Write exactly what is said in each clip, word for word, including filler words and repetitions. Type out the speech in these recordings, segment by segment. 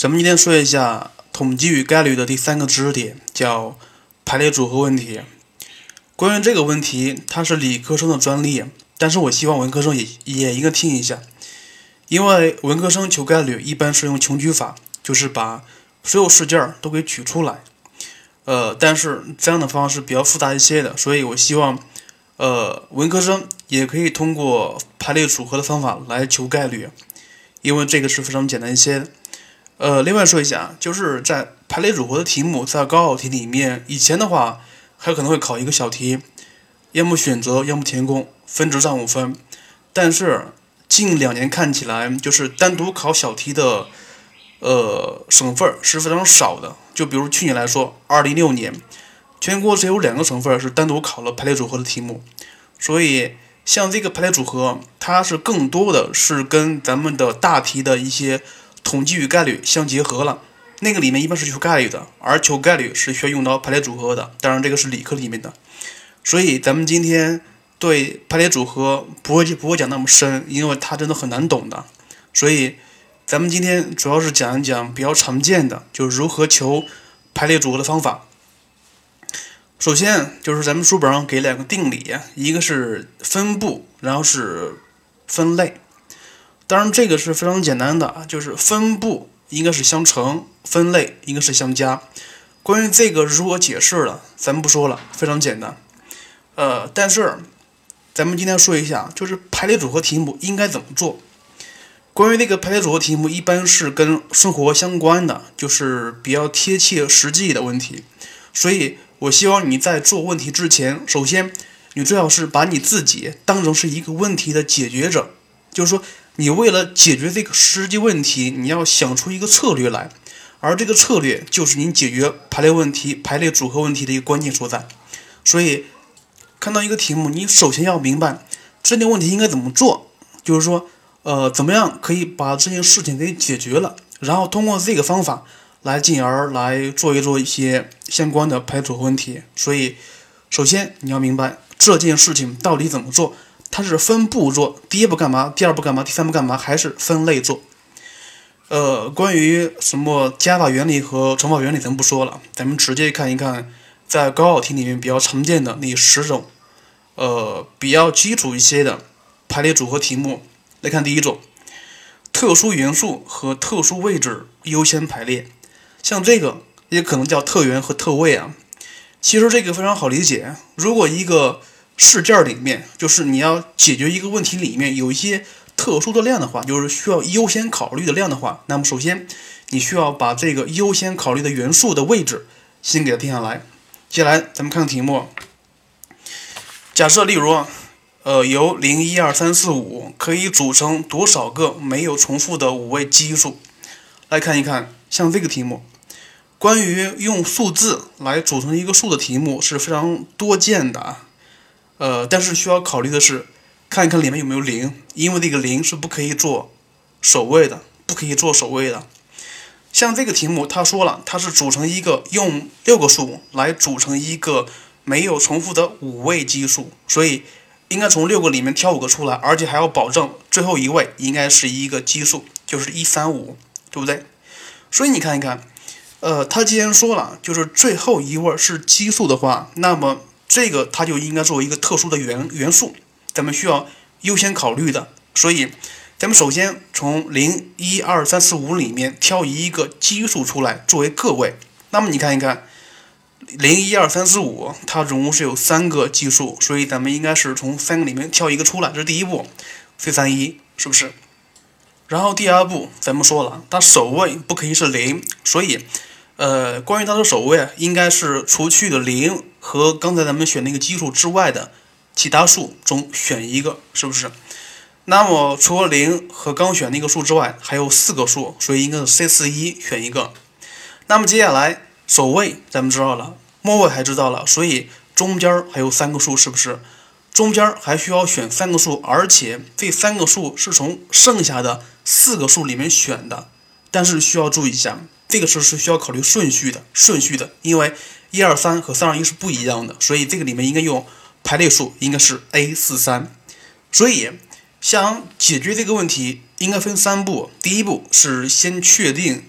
咱们今天说一下统计与概率的第三个知识点，叫排列组合问题。关于这个问题，它是理科生的专利，但是我希望文科生也也应该听一下，因为文科生求概率一般是用穷举法，就是把所有事件都给取出来。呃，但是这样的方式比较复杂一些的，所以我希望，呃，文科生也可以通过排列组合的方法来求概率，因为这个是非常简单一些的。呃，另外说一下，就是在排列组合的题目，在高考题里面，以前的话还可能会考一个小题，要么选择，要么填空，分值占五分。但是近两年看起来，就是单独考小题的，呃，省份是非常少的。就比如去年来说，二零一六年，全国只有两个省份是单独考了排列组合的题目，所以像这个排列组合，它是更多的是跟咱们的大题的一些统计与概率相结合了，那个里面一般是求概率的，而求概率是需要用到排列组合的，当然这个是理科里面的。所以咱们今天对排列组合不会不会讲那么深，因为它真的很难懂的。所以咱们今天主要是讲一讲比较常见的，就是如何求排列组合的方法。首先就是咱们书本上给两个定理，一个是分布，然后是分类。当然这个是非常简单的，就是分布应该是相乘，分类应该是相加。关于这个如何解释了，咱们不说了，非常简单。呃，但是咱们今天说一下，就是排列组合题目应该怎么做。关于那个排列组合题目，一般是跟生活相关的，就是比较贴切实际的问题。所以我希望你在做问题之前，首先你最好是把你自己当成是一个问题的解决者，就是说你为了解决这个实际问题，你要想出一个策略来，而这个策略就是你解决排列问题、排列组合问题的一个关键所在。所以，看到一个题目，你首先要明白这件问题应该怎么做，就是说，呃，怎么样可以把这件事情给解决了，然后通过这个方法来进而来做一做一些相关的排列组合问题。所以，首先你要明白这件事情到底怎么做。它是分步做，第一步干嘛，第二步干嘛，第三步干嘛，还是分类做？呃，关于什么加法原理和乘法原理咱们不说了，咱们直接看一看在高考题里面比较常见的那十种，呃，比较基础一些的排列组合题目。来看第一种，特殊元素和特殊位置优先排列。像这个也可能叫特元和特位啊。其实这个非常好理解，如果一个事件里面，就是你要解决一个问题里面有一些特殊的量的话，就是需要优先考虑的量的话，那么首先你需要把这个优先考虑的元素的位置先给它定下来。接下来咱们看题目，假设例如呃由零、一、二、三、四、五可以组成多少个没有重复的五位奇数？来看一看，像这个题目，关于用数字来组成一个数的题目是非常多见的啊。呃，但是需要考虑的是，看一看里面有没有零，因为这个零是不可以做首位的，不可以做首位的。像这个题目，他说了，它是组成一个用六个数来组成一个没有重复的五位奇数，所以应该从六个里面挑五个出来，而且还要保证最后一位应该是一个奇数，就是一三五，对不对？所以你看一看，呃，他既然说了，就是最后一位是奇数的话，那么这个它就应该作为一个特殊的元元素，咱们需要优先考虑的。所以，咱们首先从零、一、二、三、四、五里面挑一个奇数出来作为个位。那么你看一看，零、一、二、三、四、五，它总共是有三个奇数，所以咱们应该是从三个里面挑一个出来，这是第一步 ，C 三一，是不是？然后第二步，咱们说了，它首位不可以是零，所以，呃，关于它的首位，应该是除去的零和刚才咱们选那个奇数之外的其他数中选一个，是不是？那么除了零和刚选那个数之外，还有四个数，所以应该是 C 四一选一个。那么接下来首位咱们知道了，末位还知道了，所以中间还有三个数，是不是？中间还需要选三个数，而且这三个数是从剩下的四个数里面选的。但是需要注意一下，这个是是需要考虑顺序的，顺序的，因为一二三和三二一是不一样的，所以这个里面应该用排列数，应该是 A 四三。所以想解决这个问题，应该分三步。第一步是先确定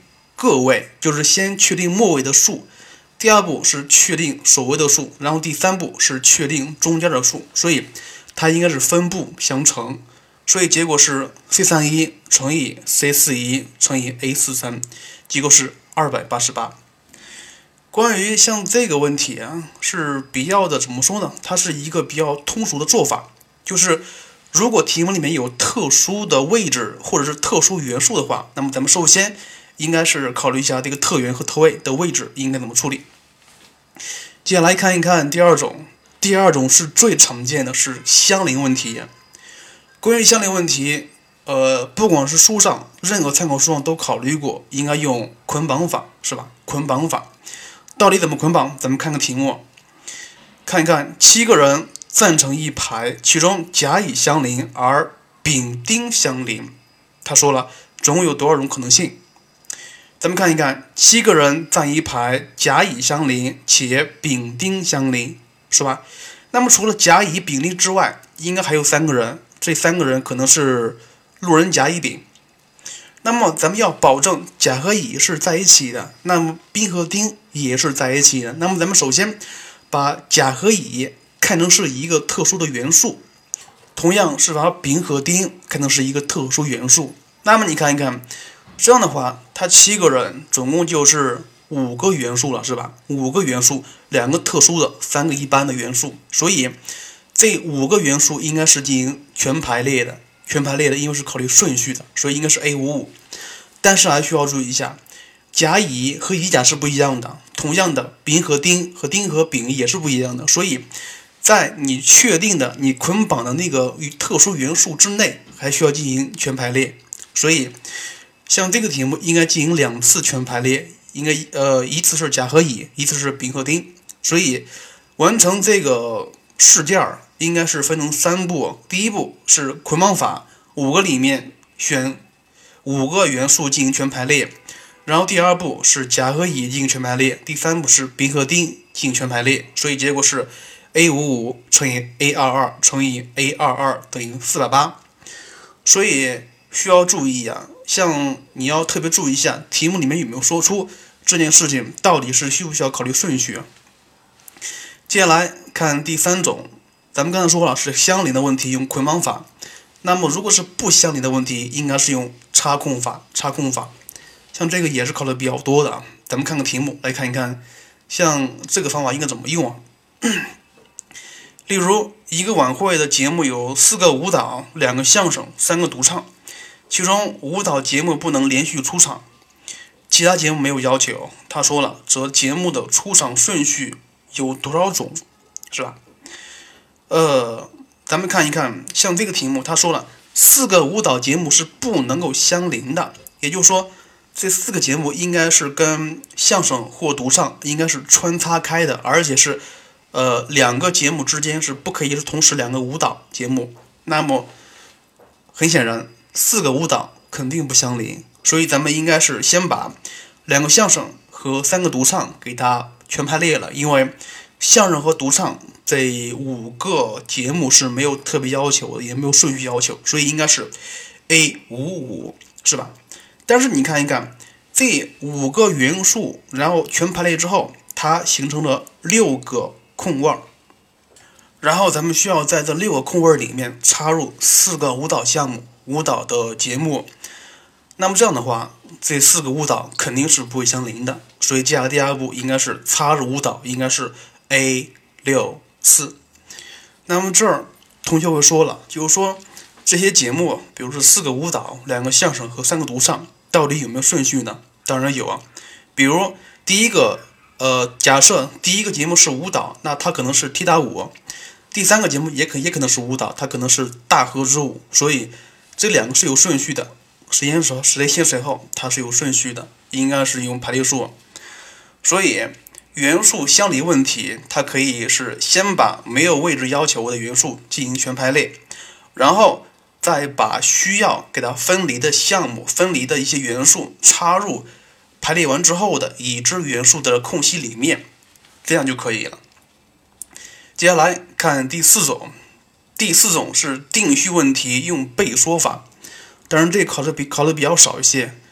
个位，就是先确定末位的数，第二步是确定首位的数，然后第三步是确定中间的数，所以它应该是分步相乘。所以结果是 C 三十一 乘以 C 四十一 乘以 A 四十三，结果是二百八十八。关于像这个问题啊，是比较的怎么说呢？它是一个比较通俗的做法，就是如果题目里面有特殊的位置或者是特殊元素的话，那么咱们首先应该是考虑一下这个特元和特位的位置应该怎么处理。接下来看一看第二种，第二种是最常见的是相邻问题。关于相邻问题，呃，不管是书上任何参考书上都考虑过，应该用捆绑法，是吧？捆绑法到底怎么捆绑？咱们看个题目，看一看七个人站成一排，其中甲乙相邻，而丙丁相邻。他说了，总共有多少种可能性？咱们看一看，七个人站一排，甲乙相邻，且丙丁相邻，是吧？那么除了甲乙丙丁之外，应该还有三个人，这三个人可能是路人甲乙丙。那么咱们要保证甲和乙是在一起的，那么丙和丁也是在一起的。那么咱们首先把甲和乙看成是一个特殊的元素，同样是把丙和丁看成是一个特殊元素。那么你看一看，这样的话，它七个人总共就是五个元素了，是吧？五个元素，两个特殊的，三个一般的元素，所以这五个元素应该是进行全排列的。全排列的，因为是考虑顺序的，所以应该是 A 五五。但是还需要注意一下，甲乙和乙甲是不一样的，同样的，丙和丁和丁和丙也是不一样的，所以在你确定的你捆绑的那个与特殊元素之内，还需要进行全排列。所以像这个题目应该进行两次全排列，应该呃一次是甲和乙，一次是丙和丁。所以完成这个事件应该是分成三步，第一步是捆绑法，五个里面选五个元素进行全排列，然后第二步是甲和乙进行全排列，第三步是丙和丁进行全排列，所以结果是 A 五五 乘以 A 二二 乘以 A 二二 等于四百八。所以需要注意啊，像你要特别注意一下题目里面有没有说出这件事情到底是需不需要考虑顺序。接下来看第三种，咱们刚才说了是相邻的问题用捆绑法，那么如果是不相邻的问题，应该是用插空法。插空法，像这个也是考的比较多的啊。咱们看个题目来看一看，像这个方法应该怎么用啊？例如，一个晚会的节目有四个舞蹈、两个相声、三个独唱，其中舞蹈节目不能连续出场，其他节目没有要求。他说了，则节目的出场顺序有多少种，是吧？呃，咱们看一看，像这个题目，他说了，四个舞蹈节目是不能够相邻的，也就是说，这四个节目应该是跟相声或独唱应该是穿插开的，而且是呃两个节目之间是不可以是同时两个舞蹈节目。那么很显然，四个舞蹈肯定不相邻，所以咱们应该是先把两个相声和三个独唱给它全排列了，因为相声和独唱这五个节目是没有特别要求的，也没有顺序要求，所以应该是 A 五五，是吧？但是你看一看这五个元素，然后全排列之后，它形成了六个空位，然后咱们需要在这六个空位里面插入四个舞蹈项目、舞蹈的节目。那么这样的话，这四个舞蹈肯定是不会相邻的，所以接下来第二步应该是插入舞蹈，应该是 A 六四。那么这儿同学会说了，就是说这些节目，比如说四个舞蹈、两个相声和三个独唱，到底有没有顺序呢？当然有啊。比如第一个，呃，假设第一个节目是舞蹈，那它可能是踢踏舞；第三个节目也可也可能是舞蹈，它可能是大合之舞。所以这两个是有顺序的，谁先谁谁先谁后，它是有顺序的，应该是用排列数。所以元素相离问题，它可以是先把没有位置要求的元素进行全排列，然后再把需要给它分离的项目、分离的一些元素插入排列完之后的已知元素的空隙里面，这样就可以了。接下来看第四种，第四种是定序问题用倍缩法，当然这考的比考的比较少一些。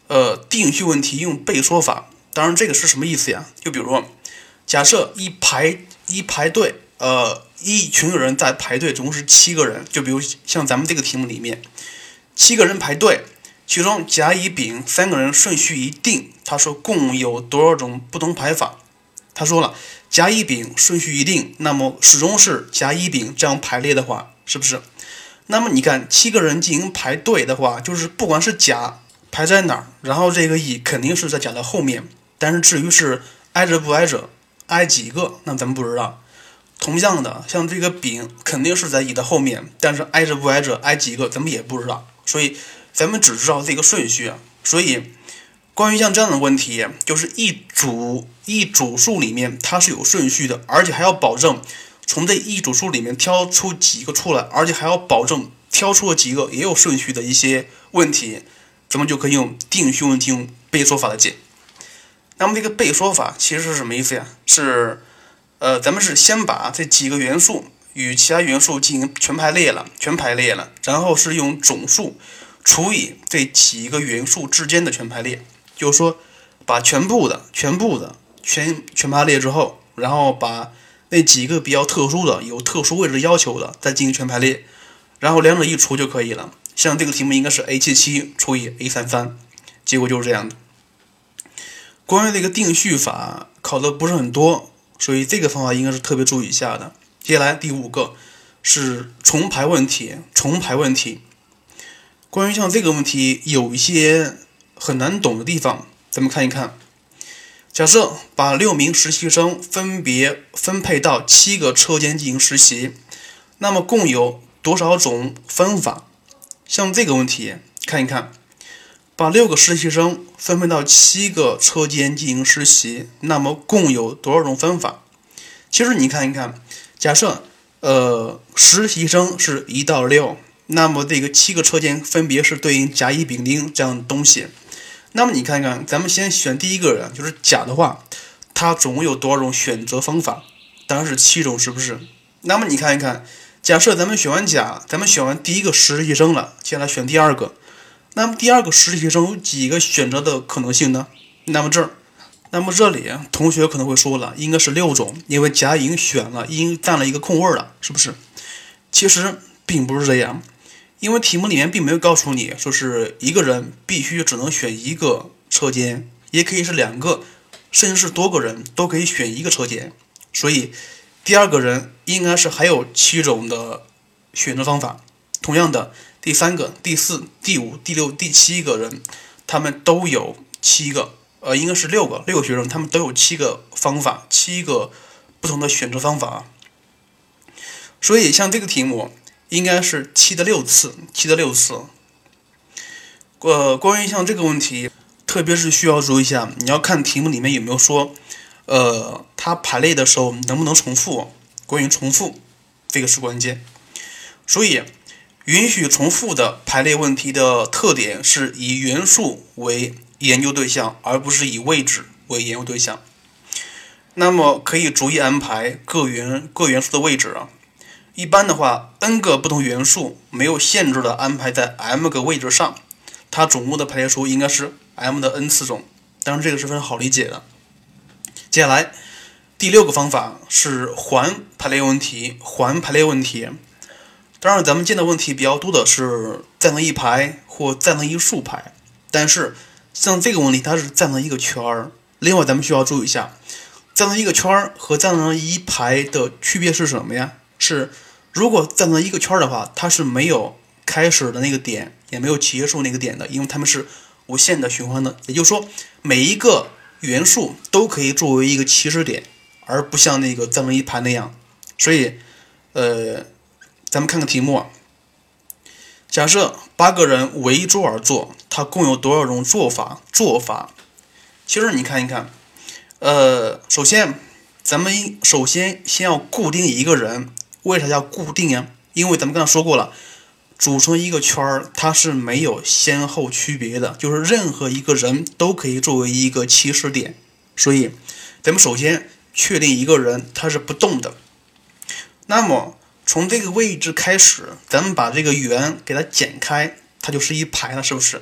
呃定序问题用倍缩法。当然，这个是什么意思呀？就比如说，假设一排一排队，呃，一群人在排队，总共是七个人。就比如像咱们这个题目里面，七个人排队，其中甲、乙、丙三个人顺序一定。他说共有多少种不同排法？他说了，甲、乙、丙顺序一定，那么始终是甲、乙、丙这样排列的话，是不是？那么你看，七个人进行排队的话，就是不管是甲排在哪儿，然后这个乙肯定是在甲的后面。但是至于是挨着不挨着，挨几个，那咱们不知道。同样的，像这个丙肯定是在乙的后面，但是挨着不挨着，挨几个，咱们也不知道。所以咱们只知道这个顺序啊。所以关于像这样的问题，就是一组一组数里面它是有顺序的，而且还要保证从这一组数里面挑出几个出来，而且还要保证挑出了几个也有顺序的一些问题，咱们就可以用定序问题用倍缩法来解。那么这个倍缩法其实是什么意思呀？是，呃，咱们是先把这几个元素与其他元素进行全排列了，全排列了，然后是用总数除以这几个元素之间的全排列，就是说，把全部的、全部的全全排列之后，然后把那几个比较特殊的、有特殊位置要求的再进行全排列，然后两者一除就可以了。像这个题目应该是 A 七七 除以 A 三三，结果就是这样的。关于这个定序法考的不是很多，所以这个方法应该是特别注意一下的。接下来第五个是重排问题，重排问题。关于像这个问题有一些很难懂的地方，咱们看一看。假设把六名实习生分别分配到七个车间进行实习，那么共有多少种分法？像这个问题看一看。把六个实习生分配到七个车间进行实习，那么共有多少种分法？其实你看一看，假设呃实习生是一到六，那么这个七个车间分别是对应甲、乙、丙、丁这样的东西。那么你看看，咱们先选第一个人，就是甲的话，它总共有多少种选择方法？当然是七种，是不是？那么你看一看，假设咱们选完甲，咱们选完第一个实习生了，接下来选第二个。那么第二个实习生有几个选择的可能性呢？那么这儿，那么这里同学可能会说了，应该是六种，因为甲已经选了，已经占了一个空位了，是不是？其实并不是这样，因为题目里面并没有告诉你说是一个人必须只能选一个车间，也可以是两个，甚至是多个人都可以选一个车间。所以第二个人应该是还有七种的选择方法。同样的，第三个、第四、第五、第六、第七个人，他们都有七个，呃，应该是六个，六个学生，他们都有七个方法，七个不同的选择方法。所以像这个题目应该是七的六次，七的六次。呃，关于像这个问题，特别是需要注意一下，你要看题目里面有没有说，呃，它排列的时候能不能重复？关于重复，这个是关键。所以允许重复的排列问题的特点是以元素为研究对象，而不是以位置为研究对象。那么可以逐一安排各元各元素的位置啊。一般的话 ，n 个不同元素没有限制的安排在 m 个位置上，它总共的排列数应该是 m 的 n 次种。当然这个是非常好理解的。接下来第六个方法是环排列问题，环排列问题。当然咱们见的问题比较多的是站成一排或站成一竖排，但是像这个问题它是站成一个圈儿。另外咱们需要注意一下，站成一个圈儿和站成一排的区别是什么呀？是如果站成一个圈儿的话，它是没有开始的那个点，也没有结束那个点的，因为它们是无限的循环的。也就是说，每一个元素都可以作为一个起始点，而不像那个站成一排那样。所以，呃。咱们看看题目啊，假设八个人围一桌而坐，它共有多少种做法？做法，其实你看一看，呃，首先咱们首先先要固定一个人，为啥要固定呀？因为咱们刚才说过了，组成一个圈儿，它是没有先后区别的，就是任何一个人都可以作为一个起始点，所以咱们首先确定一个人他是不动的，那么从这个位置开始，咱们把这个圆给它剪开，它就是一排了，是不是？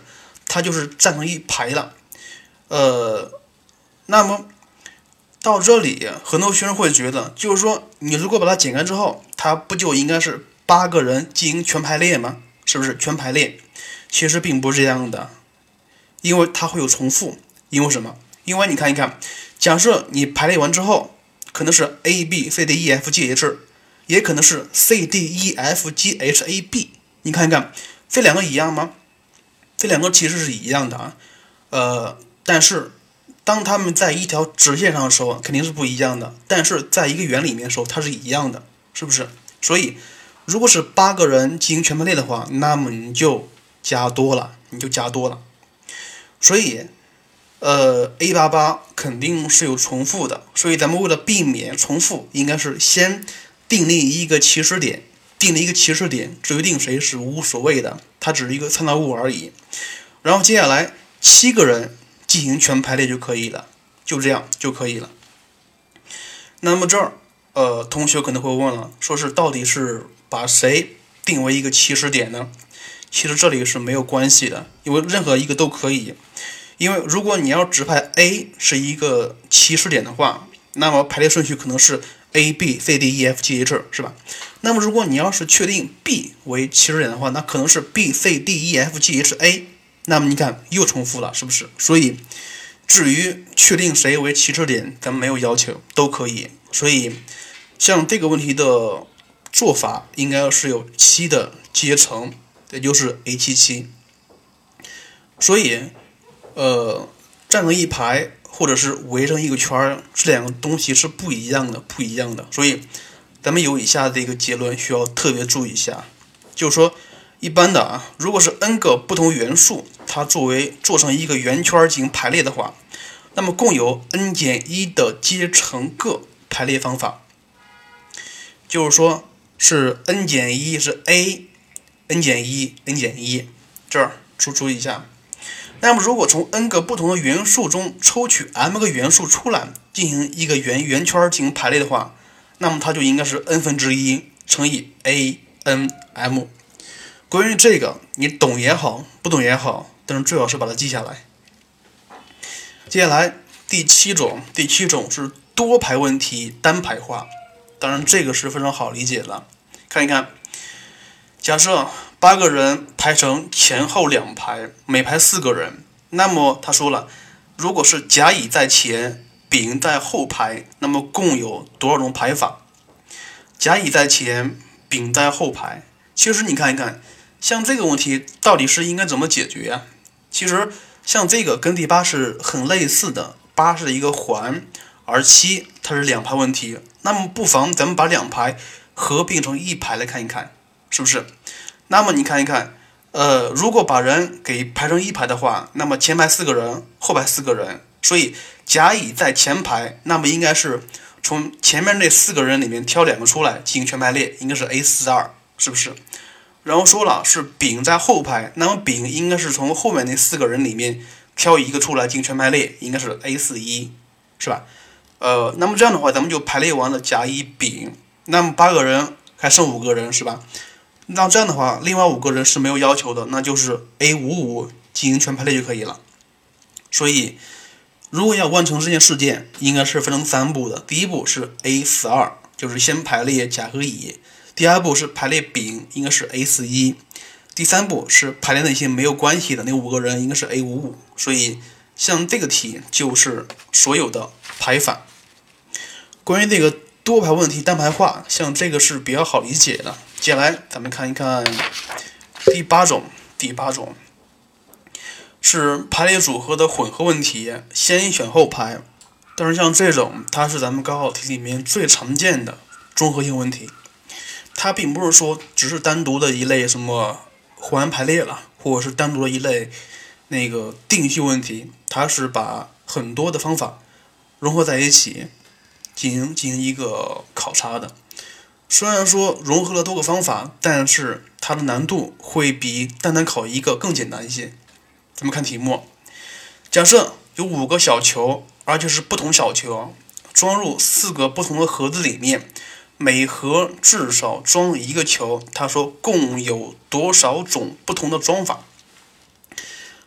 它就是站成一排了。呃，那么到这里，很多学生会觉得，就是说，你如果把它剪开之后，它不就应该是八个人进行全排列吗？是不是全排列？其实并不是这样的，因为它会有重复。因为什么？因为你看一看，假设你排列完之后，可能是 A B C D E F G H， 也可能是 C D E F G H A B。你看一看，这两个一样吗？这两个其实是一样的啊，呃，但是当它们在一条直线上的时候，肯定是不一样的。但是在一个圆里面的时候，它是一样的，是不是？所以，如果是八个人进行全排列的话，那么你就加多了，你就加多了。所以，呃 ，A 八八肯定是有重复的。所以咱们为了避免重复，应该是先订立一个起始点，定了一个起始点，至于定谁是无所谓的，它只是一个参照物而已。然后接下来七个人进行全排列就可以了，就这样就可以了。那么这儿，呃，同学可能会问了，说是到底是把谁定为一个起始点呢？其实这里是没有关系的，因为任何一个都可以。因为如果你要指派 A 是一个起始点的话，那么排列顺序可能是 A B C D E F G H， 是吧？那么如果你要是确定 B 为起始点的话，那可能是 B C D E F G H A。那么你看又重复了，是不是？所以至于确定谁为起始点，咱们没有要求，都可以。所以像这个问题的做法，应该是有七的阶乘，也就是 A 七七。所以，呃，站成一排或者是围成一个圈，这两个东西是不一样的，不一样的。所以，咱们有以下的一个结论需要特别注意一下，就是说，一般的啊，如果是 n 个不同元素，它作为做成一个圆圈进行排列的话，那么共有 n 减一的阶乘个排列方法。就是说，是 n 减一是 A，n 减一 n 减一，这儿注注意一下。那么，如果从 n 个不同的元素中抽取 m 个元素出来，进行一个圆圆圈进行排列的话，那么它就应该是 n 分之一乘以 a n m。关于这个，你懂也好，不懂也好，但是最好是把它记下来。接下来第七种，第七种是多排问题单排化，当然这个是非常好理解的。看一看，假设八个人排成前后两排，每排四个人，那么他说了，如果是甲乙在前，丙在后排，那么共有多少种排法？甲乙在前，丙在后排。其实你看一看，像这个问题到底是应该怎么解决呀？其实像这个跟第八是很类似的，八是一个环，而七它是两排问题。那么不妨咱们把两排合并成一排来看一看，是不是？那么你看一看，呃，如果把人给排成一排的话，那么前排四个人，后排四个人，所以甲乙在前排，那么应该是从前面那四个人里面挑两个出来进行全排列，应该是 A 四二，是不是？然后说了是丙在后排，那么丙应该是从后面那四个人里面挑一个出来进行全排列，应该是 A 四一，是吧？呃，那么这样的话，咱们就排列完了甲乙丙，那么八个人还剩五个人，是吧？那这样的话，另外五个人是没有要求的，那就是 A 五五进行全排列就可以了。所以，如果要完成这件事件，应该是分成三步的。第一步是 A 四二，就是先排列甲和乙；第二步是排列丙，应该是 A 四一；第三步是排列那些没有关系的那五个人，应该是 A 五五。所以，像这个题就是所有的排法。关于这个多排问题单排化，像这个是比较好理解的。接下来咱们看一看第八种，第八种是排列组合的混合问题，先选后排。但是像这种，它是咱们高考题里面最常见的综合性问题，它并不是说只是单独的一类什么环排列了，或者是单独的一类那个定序问题，它是把很多的方法融合在一起进行进行一个考察的。虽然说融合了多个方法，但是它的难度会比单单考一个更简单一些。咱们看题目，假设有五个小球，而且是不同小球，装入四个不同的盒子里面，每盒至少装一个球。他说共有多少种不同的装法？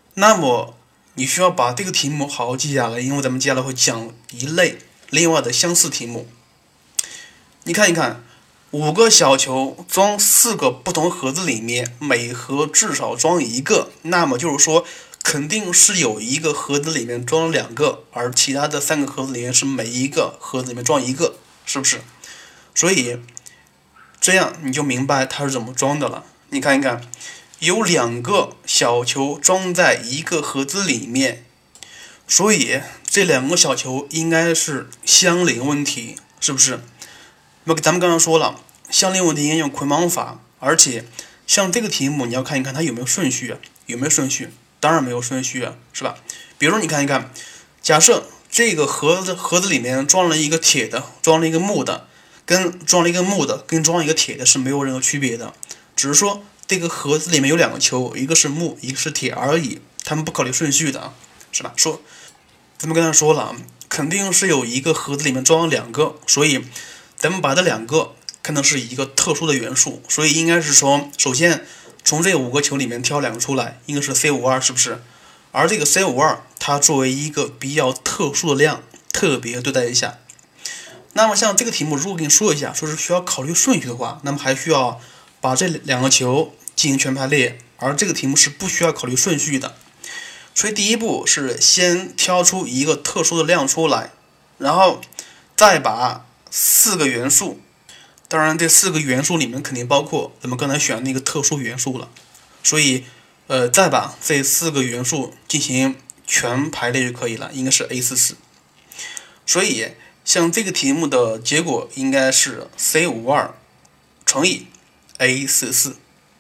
那么你需要把这个题目好好记下来，因为咱们接下来会讲一类另外的相似题目。你看一看，五个小球装四个不同盒子里面，每盒至少装一个，那么就是说肯定是有一个盒子里面装了两个，而其他的三个盒子里面是每一个盒子里面装一个，是不是？所以这样你就明白它是怎么装的了。你看一看，有两个小球装在一个盒子里面，所以这两个小球应该是相邻问题，是不是？那么咱们刚刚说了，相邻问题应该用捆绑法，而且像这个题目你要看一看它有没有顺序啊？有没有顺序？当然没有顺序啊，是吧？比如你看一看，假设这个盒子盒子里面装了一个铁的，装了一个木的，跟装了一个木的跟装一个铁的是没有任何区别的，只是说这个盒子里面有两个球，一个是木，一个是铁而已，他们不考虑顺序的，是吧？说咱们刚才说了，肯定是有一个盒子里面装了两个，所以咱们把这两个看成是一个特殊的元素，所以应该是说，首先从这五个球里面挑两个出来，应该是 C 五十二， 是不是？而这个 C 五十二 它作为一个比较特殊的量，特别对待一下。那么像这个题目，如果跟你说一下，说是需要考虑顺序的话，那么还需要把这两个球进行全排列，而这个题目是不需要考虑顺序的。所以第一步是先挑出一个特殊的量出来，然后再把四个元素，当然这四个元素里面肯定包括咱们刚才选的那个特殊元素了，所以呃再把这四个元素进行全排列就可以了，应该是 A 四四。所以像这个题目的结果应该是 C 五十二 乘以 A 四四。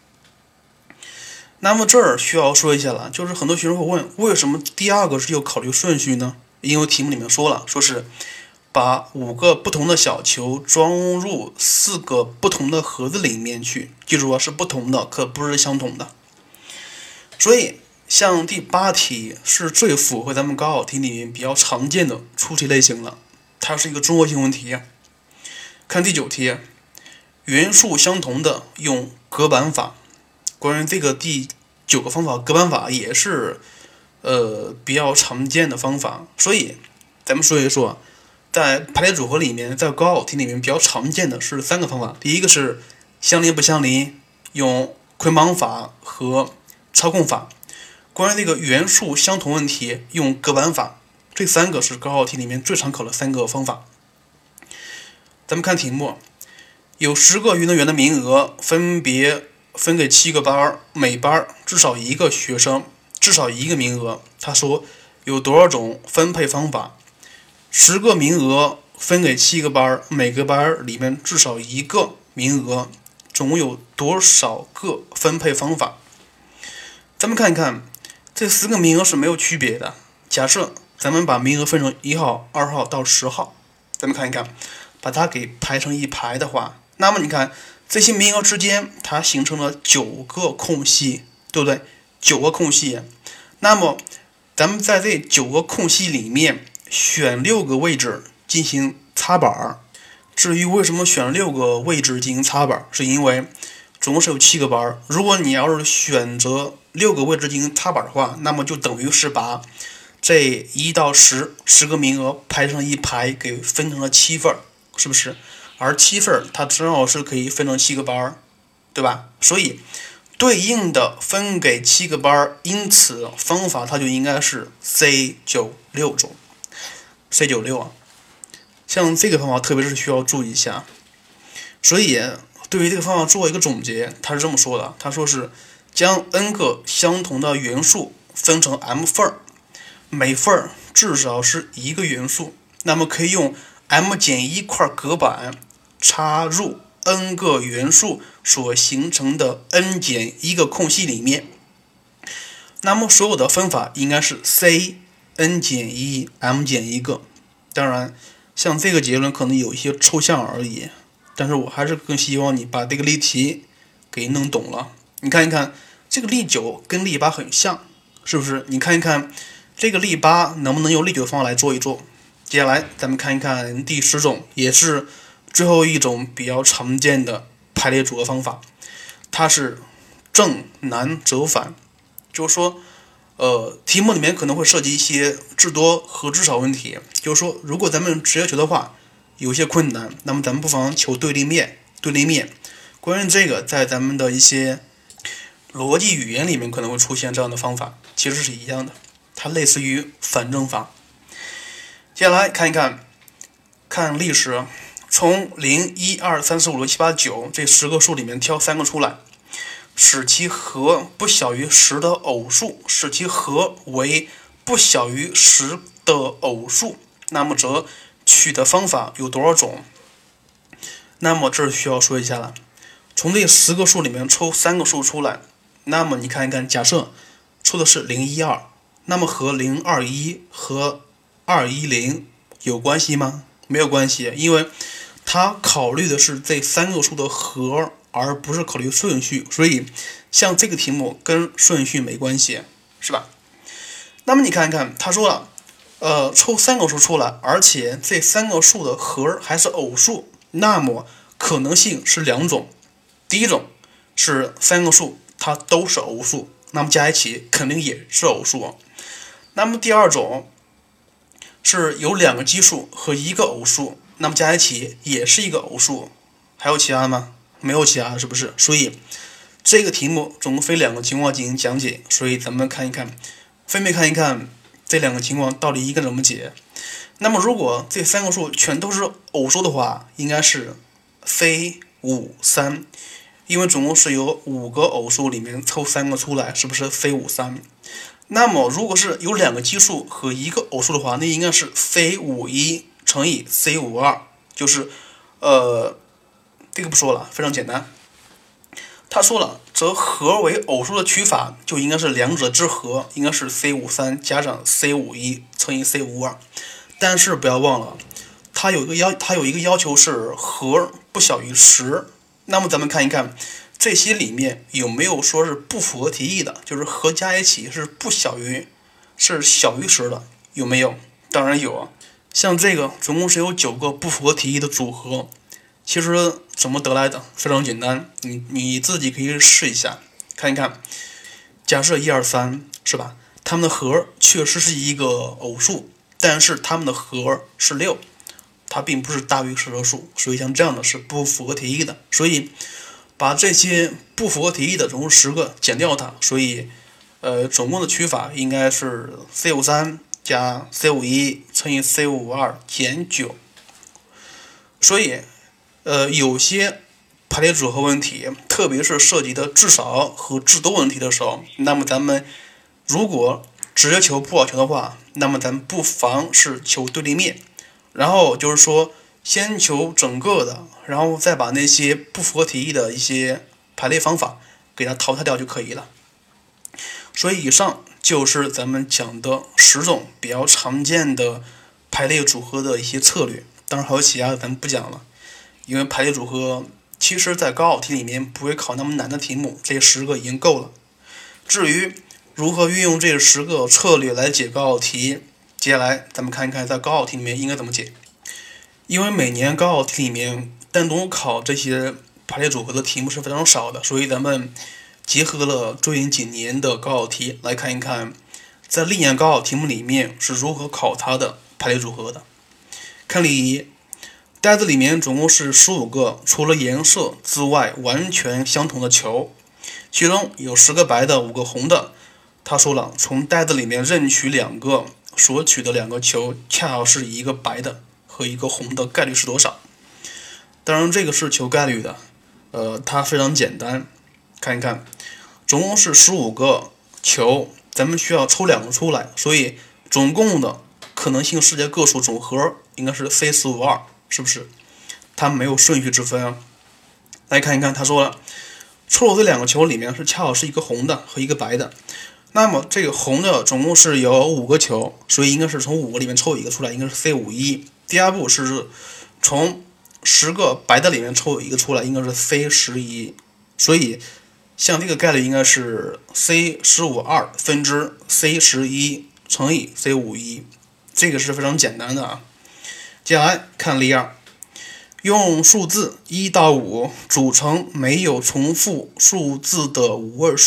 那么这儿需要说一下了，就是很多学生会问，为什么第二个是有考虑顺序呢？因为题目里面说了，说是把五个不同的小球装入四个不同的盒子里面去，记住啊，是不同的，可不是相同的。所以像第八题是最符合咱们高考题里面比较常见的出题类型了，它是一个综合性问题。看第九题，元素相同的用隔板法。关于这个第九个方法，隔板法也是呃比较常见的方法，所以咱们说一说，在排列组合里面，在高考题里面比较常见的是三个方法。第一个是相邻不相邻，用捆绑法和操控法。关于这个元素相同问题，用隔板法。这三个是高考题里面最常考的三个方法。咱们看题目，有十个运动员的名额分别分给七个班，每班至少一个学生，至少一个名额。他说有多少种分配方法？十个名额分给七个班，每个班里面至少一个名额，总共有多少个分配方法？咱们看一看，这四个名额是没有区别的。假设咱们把名额分成一号、二号到十号，咱们看一看，把它给排成一排的话，那么你看这些名额之间，它形成了九个空隙，对不对？九个空隙。那么咱们在这九个空隙里面选六个位置进行擦板。至于为什么选六个位置进行擦板，是因为总共是有七个班，如果你要是选择六个位置进行擦板的话，那么就等于是把这一到十十个名额排成一排，给分成了七份，是不是？而七份它正好是可以分成七个班，对吧？所以对应的分给七个班，因此方法它就应该是 C 九十六 种。C 九十六 啊，像这个方法特别是需要注意一下。所以对于这个方法做一个总结，他是这么说的，他说是将 n 个相同的元素分成 m 份，每份至少是一个元素，那么可以用 m 减一块隔板插入 n 个元素所形成的 n 减一个空隙里面。那么所有的分法应该是 c n 减一 m 减一个。当然像这个结论可能有一些抽象而已，但是我还是更希望你把这个例题给弄懂了。你看一看这个例九跟例八很像，是不是？你看一看这个例八能不能用例九方法来做一做。接下来咱们看一看第十种，也是最后一种比较常见的排列组合方法，它是正南折反。就是说呃，题目里面可能会涉及一些至多和至少问题，就是说，如果咱们直接求的话，有些困难，那么咱们不妨求对立面。对立面，关于这个，在咱们的一些逻辑语言里面可能会出现这样的方法，其实是一样的，它类似于反证法。接下来看一看，看历史，从零、一、二、三、四、五、六、七、八、九这十个数里面挑三个出来，使其和不小于十的偶数，使其和为不小于十的偶数，那么则取的方法有多少种？那么这需要说一下了。从这十个数里面抽三个数出来，那么你看一看，假设抽的是零一二，那么和零二一和二一零有关系吗？没有关系，因为它考虑的是这三个数的和，而不是考虑顺序，所以像这个题目跟顺序没关系，是吧？那么你看一看，他说了，呃，抽三个数出来，而且这三个数的和还是偶数，那么可能性是两种。第一种是三个数它都是偶数，那么加一起肯定也是偶数。那么第二种是有两个奇数和一个偶数，那么加一起也是一个偶数。还有其他吗？没有其他，是不是？所以这个题目总共分两个情况进行讲解，所以咱们看一看，分别看一看这两个情况到底一个怎么解。那么如果这三个数全都是偶数的话，应该是非五三，因为总共是有五个偶数里面抽三个出来，是不是非五三？那么如果是有两个奇数和一个偶数的话，那应该是非五一乘以 C 五二，就是呃这个不说了，非常简单。他说了，则和为偶数的取法就应该是两者之和，应该是 C 五三加上 C 五一乘以 C 五二。但是不要忘了，它有一个要，它有一个要求是和不小于十。那么咱们看一看这些里面有没有说是不符合题意的，就是和加一起是不小于，是小于十的，有没有？当然有啊。像这个总共是有九个不符合题意的组合。其实怎么得来的？非常简单，你你自己可以试一下，看一看。假设一二三是吧？它们的和确实是一个偶数，但是它们的和是六，它并不是大于十的数，所以像这样的是不符合题意的。所以把这些不符合题意的总共十个减掉它，所以呃总共的取法应该是 C 五三加 C 五一乘以 C 五二减九。所以呃，有些排列组合问题，特别是涉及的至少和至多问题的时候，那么咱们如果直接求不好求的话，那么咱们不妨是求对立面，然后就是说先求整个的，然后再把那些不符合题意的一些排列方法给它淘汰掉就可以了。所以以上就是咱们讲的十种比较常见的排列组合的一些策略，当然还有其他的咱们不讲了。因为排列组合其实在高考题里面不会考那么难的题目，这十个已经够了。至于如何运用这十个策略来解高考题，接下来咱们看一看在高考题里面应该怎么解。因为每年高考题里面单独考这些排列组合的题目是非常少的，所以咱们结合了最近几年的高考题来看一看，在历年高考题目里面是如何考它的排列组合的。看例一，袋子里面总共是十五个除了颜色之外完全相同的球，其中有十个白的，五个红的。他说了，从袋子里面任取两个，所取的两个球恰好是一个白的和一个红的，概率是多少？当然这个是求概率的，呃，它非常简单，看一看，总共是十五个球，咱们需要抽两个出来，所以总共的可能性世界个数总和应该是 C 十五二。是不是？它没有顺序之分啊。来看一看，他说了，抽了这两个球里面是恰好是一个红的和一个白的。那么这个红的总共是有五个球，所以应该是从五个里面抽一个出来，应该是 C 五一。第二步是从十个白的里面抽一个出来，应该是 C 十一。所以像这个概率应该是 C 十五二分之 C 十一乘以 C 五一，这个是非常简单的啊。接下来看例二，用数字一到五组成没有重复数字的五位数，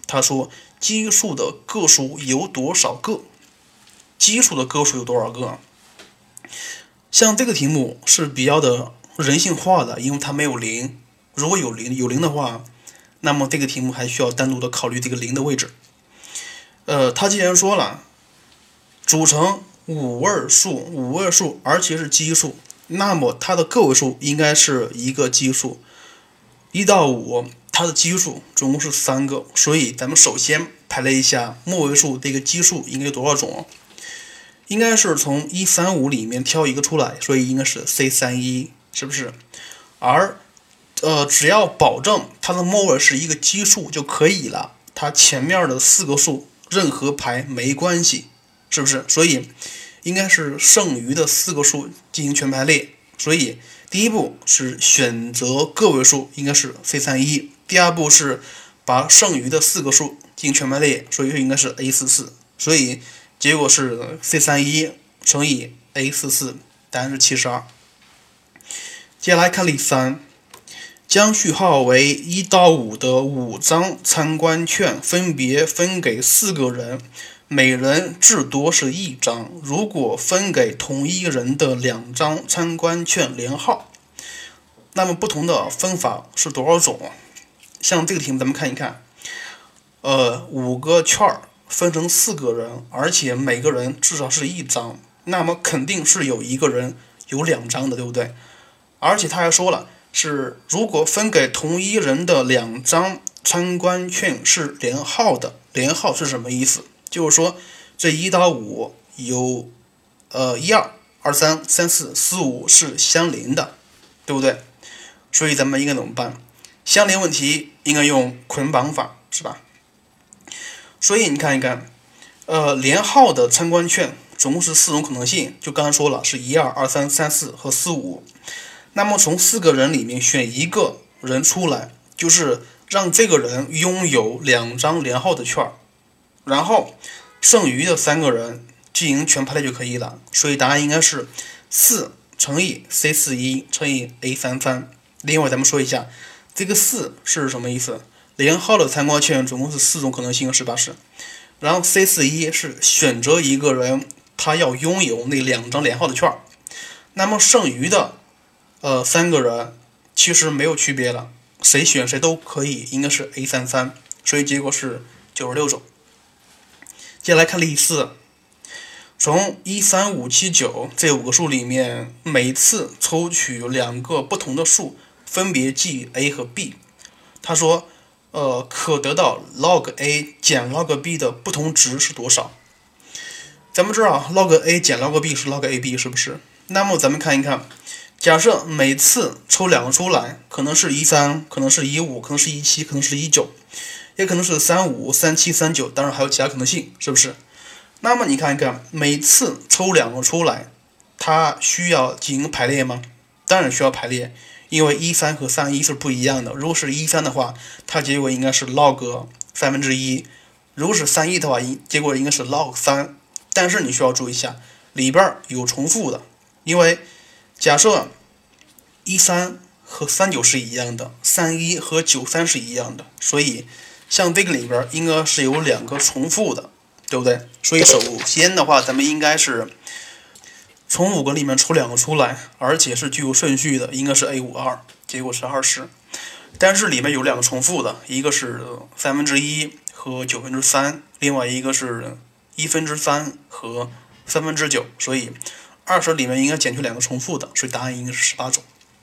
他说奇数的个数有多少个？奇数的个数有多少个？像这个题目是比较的人性化的，因为它没有零。如果有零有零的话，那么这个题目还需要单独的考虑这个零的位置。呃，他既然说了组成五位数，五位数而且是奇数，那么它的个位数应该是一个奇数。一到五，它的奇数总共是三个，所以咱们首先排列一下末位数这个奇数应该有多少种？应该是从一三五里面挑一个出来，所以应该是 C 三一，是不是？而呃，只要保证它的末位是一个奇数就可以了，它前面的四个数任何排没关系，是不是？所以应该是剩余的四个数进行全排列。所以第一步是选择个位数，应该是 C 三一。第二步是把剩余的四个数进行全排列，所以应该是 A 四四。所以结果是 C 三一乘以 A 四四，答案是七十二。接下来看例三，将序号为一到五的五张参观券分别分给四个人，每人至多是一张。如果分给同一人的两张参观券连号，那么不同的分法是多少种？像这个题目咱们看一看，呃，五个券分成四个人，而且每个人至少是一张，那么肯定是有一个人有两张的，对不对？而且他还说了，是如果分给同一人的两张参观券是连号的，连号是什么意思？就是说这一到五有呃一二二三三四四五是相邻的，对不对？所以咱们应该怎么办？相邻问题应该用捆绑法，是吧？所以你看一看，呃，连号的参观券总共是四种可能性，就刚才说了是一二二三三四和四五。那么从四个人里面选一个人出来，就是让这个人拥有两张连号的券，然后剩余的三个人进行全排列就可以了。所以答案应该是四乘以 C 四一乘以 A 三三。另外咱们说一下，这个四是什么意思？连号的参观券总共是四种可能性，是吧？是。然后 C 四一是选择一个人，他要拥有那两张连号的券，那么剩余的呃，三个人其实没有区别了，谁选谁都可以，应该是 A 三三，所以结果是九十六种。接下来看例四，从一三五七九这五个数里面，每次抽取两个不同的数，分别记 A 和 B。他说，呃，可得到 log A 减 log B 的不同值是多少？咱们知道 log A 减 log B 是 log A B， 是不是？那么咱们看一看。假设每次抽两个出来，可能是一三，可能是一五，可能是一七，可能是一九，也可能是三五、三七、三九，当然还有其他可能性，是不是？那么你看一看，每次抽两个出来，它需要进行排列吗？当然需要排列，因为一三和三一是不一样的。如果是一三的话，它结果应该是 log 三分之一；如果是三一的话，结果应该是 log 三。但是你需要注意一下，里边有重复的，因为假设一三和三九是一样的，三一和九三是一样的，所以像这个里边应该是有两个重复的，对不对？所以首先的话，咱们应该是从五个里面抽两个出来，而且是具有顺序的，应该是 A 五二，结果是二十。但是里面有两个重复的，一个是三分之一和九分之三，另外一个是一分之三和三分之九，所以二十里面应该减去两个重复的，所以答案应该是十八种。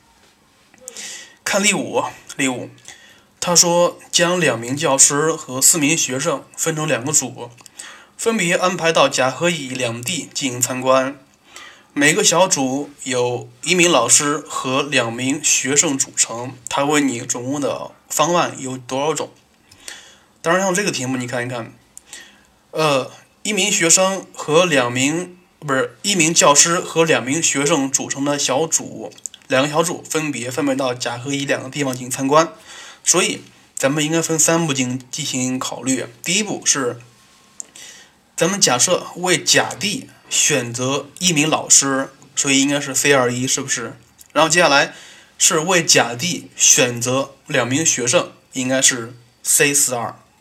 看例五，例五，他说将两名教师和四名学生分成两个组，分别安排到甲和乙两地进行参观。每个小组由一名老师和两名学生组成。他问你总共的方案有多少种？当然，像这个题目你看一看，呃，一名学生和两名不是一名教师和两名学生组成的小组。两个小组分别分配到甲和乙两个地方进行参观，所以咱们应该分三步进进行考虑。第一步是，咱们假设为甲地选择一名老师，所以应该是 C 二一，是不是？然后接下来是为甲地选择两名学生，应该是 C 四二。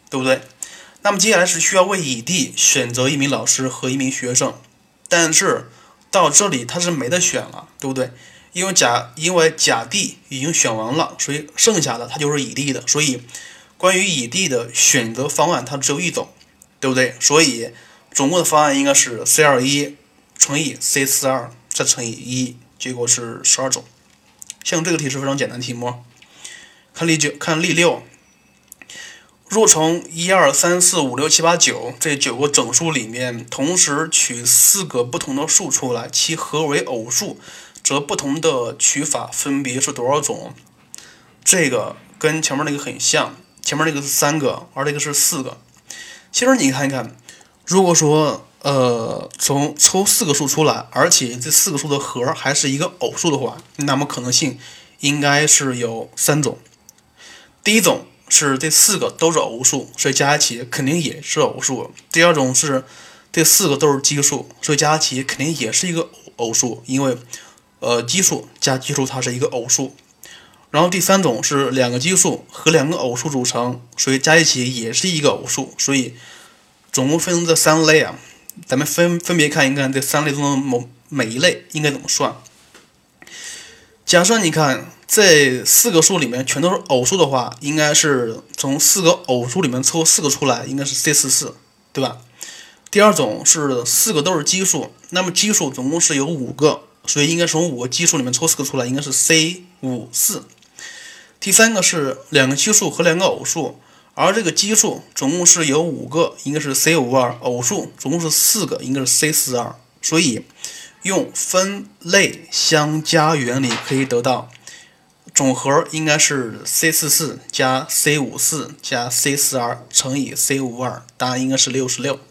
对不对？那么接下来是需要为乙地选择一名老师和一名学生，但是到这里他是没得选了，对不对？因为甲因为甲地已经选完了，所以剩下的它就是乙地的，所以关于乙地的选择方案它只有一种，对不对？所以总共的方案应该是 C 二十一乘以 C 四十二再乘以一，结果是十二种。像这个题是非常简单的题目。看例九，看例六。若从一二三四五六七八九这九个整数里面，同时取四个不同的数出来，其和为偶数，则不同的取法分别是多少种？这个跟前面那个很像，前面那个是三个，而这个是四个。其实你看一看，如果说呃从抽四个数出来，而且这四个数的和还是一个偶数的话，那么可能性应该是有三种。第一种是这四个都是偶数，所以加起来肯定也是偶数。第二种是这四个都是奇数，所以加起来肯定也是一个偶数，因为呃奇数加奇数它是一个偶数。然后第三种是两个奇数和两个偶数组成，所以加一起也是一个偶数。所以总共分成这三类啊，咱们分分别看一看这三类中的某每一类应该怎么算。假设你看这四个数里面全都是偶数的话，应该是从四个偶数里面抽四个出来，应该是 C 四十四，对吧？第二种是四个都是奇数，那么奇数总共是有五个，所以应该从五个奇数里面抽四个出来，应该是 C 五十四。第三个是两个奇数和两个偶数，而这个奇数总共是有五个，应该是 C 五十二，偶数总共是四个，应该是 C 四十二。所以用分类相加原理可以得到总和应该是 C 四十四加 C 五十四加 C 四十二乘以 C 五十二，答案应该是六十六。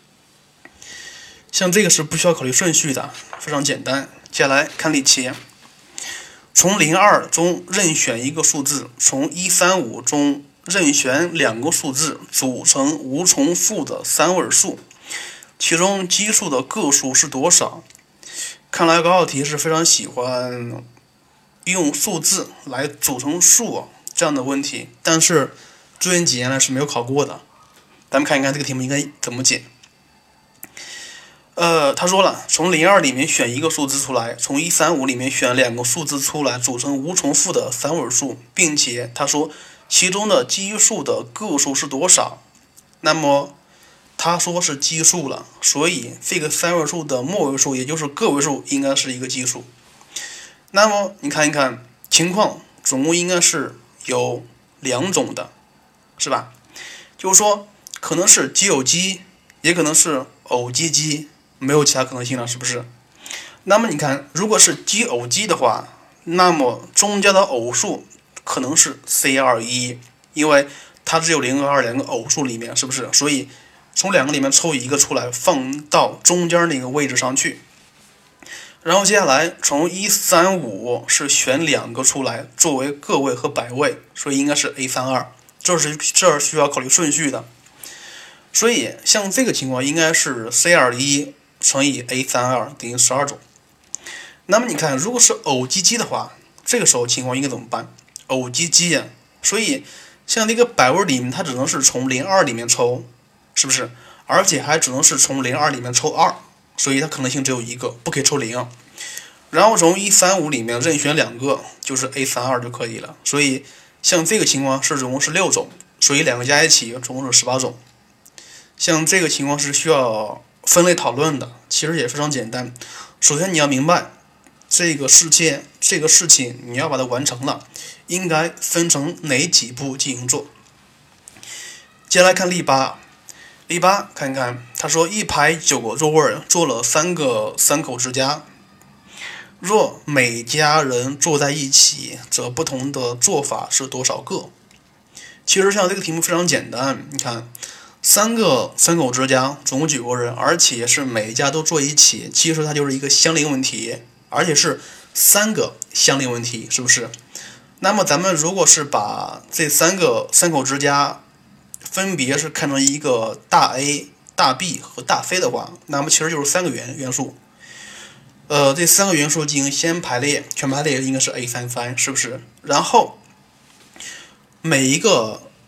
像这个是不需要考虑顺序的，非常简单。接下来看例七，从零二中任选一个数字，从一三五中任选两个数字，组成无重复的三位数，其中奇数的个数是多少？看来高考题是非常喜欢用数字来组成数这样的问题，但是最近几年来是没有考过的。咱们看一看这个题目应该怎么解。呃，他说了，从零二里面选一个数字出来，从一三五里面选两个数字出来，组成无重复的三位数，并且他说其中的奇数的个数是多少？那么他说是奇数了，所以这个三位数的末位数，也就是个位数，应该是一个奇数。那么你看一看情况，总共应该是有两种的，是吧？就是说可能是奇偶奇，也可能是偶奇奇，没有其他可能性了，是不是？那么你看，如果是奇偶奇的话，那么中间的偶数可能是 C 二十一，因为它只有零和二两个偶数里面，是不是？所以从两个里面抽一个出来，放到中间那个位置上去。然后接下来从一三五是选两个出来作为个位和百位，所以应该是 A 三十二，这是这是需要考虑顺序的。所以像这个情况应该是 C 二十一乘以 A 三十二等于十二种。那么你看，如果是偶奇奇的话，这个时候情况应该怎么办？偶奇奇呀，所以像那个百位里面，它只能是从零二里面抽，是不是？而且还只能是从零二里面抽二，所以它可能性只有一个，不可以抽零。然后从一三五里面任选两个，就是 A 三十二就可以了。所以像这个情况是总共是六种，所以两个加一起总共是十八种。像这个情况是需要分类讨论的，其实也非常简单。首先你要明白这个事件这个事情你要把它完成了，应该分成哪几步进行做。接下来看例八，例八看看，他说一排九个座位坐了三个三口之家，若每家人坐在一起，则不同的做法是多少个？其实像这个题目非常简单，你看三个三口之家总共九个人，而且是每家都坐一起，其实它就是一个相邻问题，而且是三个相邻问题，是不是？那么咱们如果是把这三个三口之家分别是看成一个大 A、大 B 和大 C 的话，那么其实就是三个元元素。呃，这三个元素进行先排列，全排列应该是 A 三十三，是不是？然后每一个特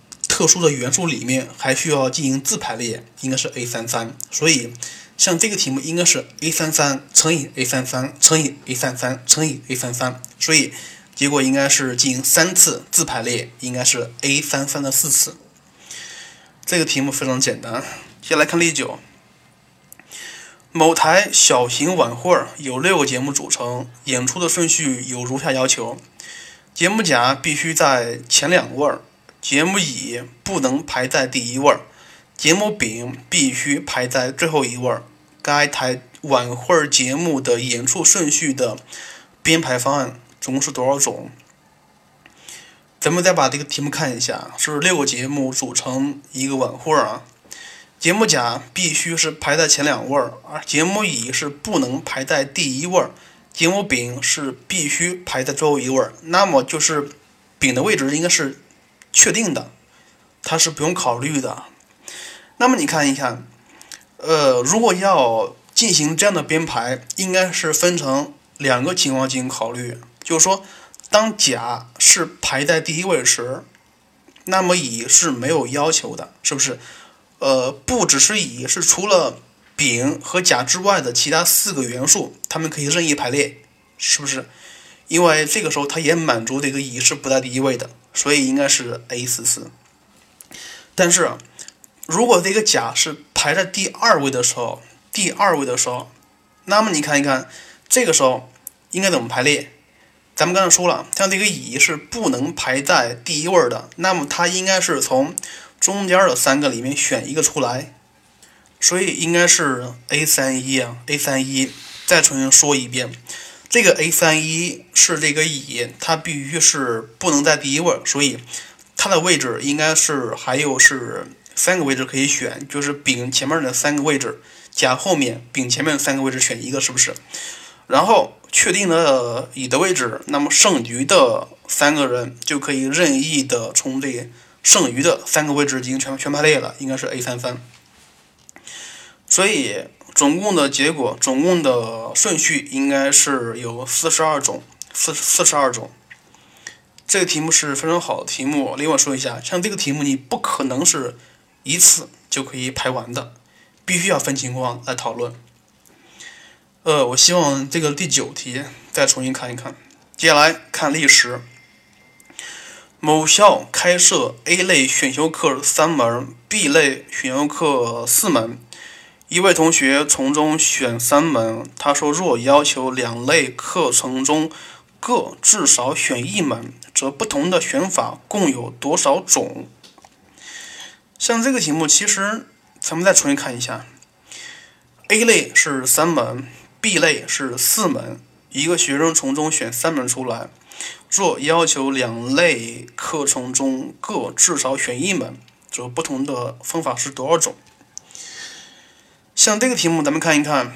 特殊的元素里面还需要进行自排列，应该是 A 三三。所以像这个题目应该是 A 三三乘以 A 三三乘以 A 三三乘以 A 三三，所以结果应该是进行三次自排列，应该是 A 三三的四次。这个题目非常简单。先来看例九。某台小型晚会由六个节目组成，演出的顺序有如下要求：节目甲必须在前两位，节目乙不能排在第一位，节目丙必须排在最后一位。该台晚会节目的演出顺序的编排方案总共是多少种？咱们再把这个题目看一下，是六个节目组成一个晚会啊。节目甲必须是排在前两位，而节目乙是不能排在第一位，节目丙是必须排在最后一位。那么就是丙的位置应该是确定的，它是不用考虑的。那么你看一看，呃，如果要进行这样的编排，应该是分成两个情况进行考虑，就是说，当甲是排在第一位时，那么乙是没有要求的，是不是？呃，不只是乙，是除了丙和甲之外的其他四个元素，它们可以任意排列，是不是？因为这个时候它也满足这个乙是不在第一位的，所以应该是 A 四四。但是，如果这个甲是排在第二位的时候，第二位的时候，那么你看一看，这个时候应该怎么排列？咱们刚才说了，像这个乙是不能排在第一位的，那么它应该是从中间的三个里面选一个出来，所以应该是 A 三一 啊 ，A 三一。再重新说一遍，这个 A 三一 是这个乙，它必须是不能在第一位，所以它的位置应该是还有是三个位置可以选，就是丙前面的三个位置，甲后面丙前面的三个位置选一个，是不是？然后确定了乙的位置，那么剩余的三个人就可以任意的从这剩余的三个位置进行全全排列了，应该是 A 三三。所以总共的结果，总共的顺序应该是有四十二种，四四十二种。这个题目是非常好的题目。另外说一下，像这个题目你不可能是一次就可以排完的，必须要分情况来讨论。呃，我希望这个第九题再重新看一看。接下来看历史。某校开设 A 类选修课三门 ，B 类选修课四门。一位同学从中选三门，他说若要求两类课程中各至少选一门，则不同的选法共有多少种？像这个题目，其实咱们再重新看一下。A 类是三门 ，B 类是四门，一个学生从中选三门出来。若要求两类课程中各至少选一门，则不同的方法是多少种？像这个题目，咱们看一看。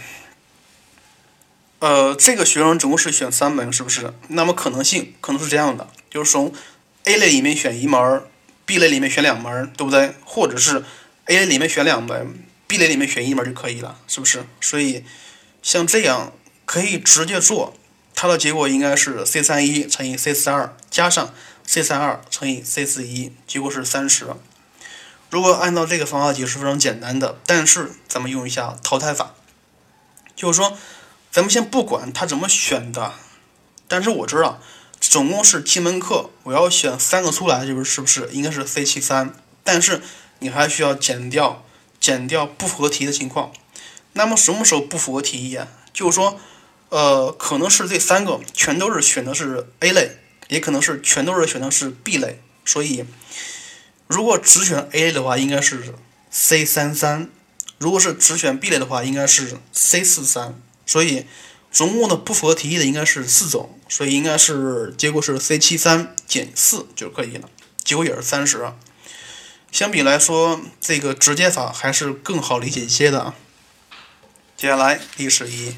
呃，这个学生总共是选三门，是不是？那么可能性可能是这样的，就是从 A 类里面选一门 ，B 类里面选两门，对不对？或者是 A 类里面选两门 ，B 类里面选一门就可以了，是不是？所以像这样可以直接做。它的结果应该是 C 三一 乘以 C 四二 加上 C 三二 乘以 C 四一，结果是三十。如果按照这个方法解是非常简单的，但是咱们用一下淘汰法，就是说咱们先不管它怎么选的，但是我知道总共是七门课，我要选三个出来，就是是不是应该是 C 七三？但是你还需要减掉减掉不符合题的情况。那么什么时候不符合题意啊？就是说。呃，可能是这三个全都是选的是 A 类，也可能是全都是选的是 B 类，所以如果只选 A 类的话，应该是 C 三三；如果是只选 B 类的话，应该是 C 四三。所以总共的不符合题意的应该是四种，所以应该是结果是 C 七三减四就可以了，结果也是三十。相比来说，这个直接法还是更好理解一些的啊。接下来历史一。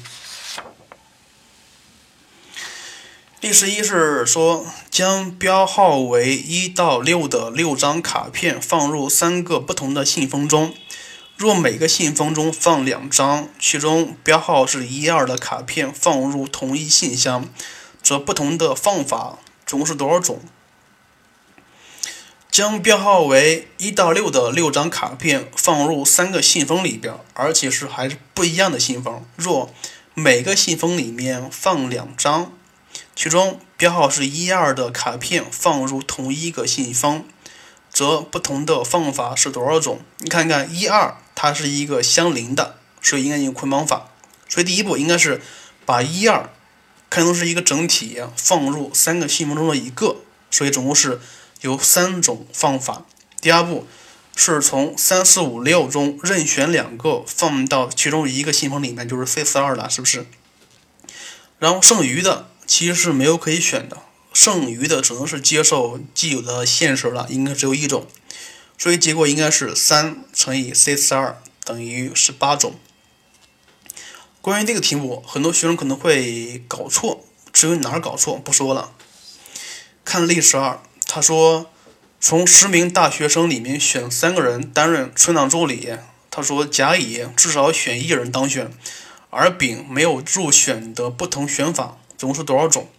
第十一是说，将标号为一到六的六张卡片放入三个不同的信封中，若每个信封中放两张，其中标号是一、二的卡片放入同一信箱，则不同的放法总共是多少种？ 将编号为一到六的六张卡片放入三个信封里边，而且是还是不一样的信封。若每个信封里面放两张，其中编号是一二的卡片放入同一个信封，则不同的方法是多少种？你看看一二，它是一个相邻的，所以应该用捆绑法。所以第一步应该是把一二看作是一个整体，放入三个信封中的一个，所以总共是有三种方法。第二步是从三四五六中任选两个放到其中一个信封里面，就是 C 四二了，是不是？然后剩余的其实是没有可以选的，剩余的只能是接受既有的现实了，应该只有一种，所以结果应该是三乘以 C 四二等于十八种。关于这个题目，很多学生可能会搞错，至于哪儿搞错不说了。看例十二，他说从十名大学生里面选三个人担任存档助理，他说甲乙至少选一人当选，而丙没有入选的不同选法总共是多少种？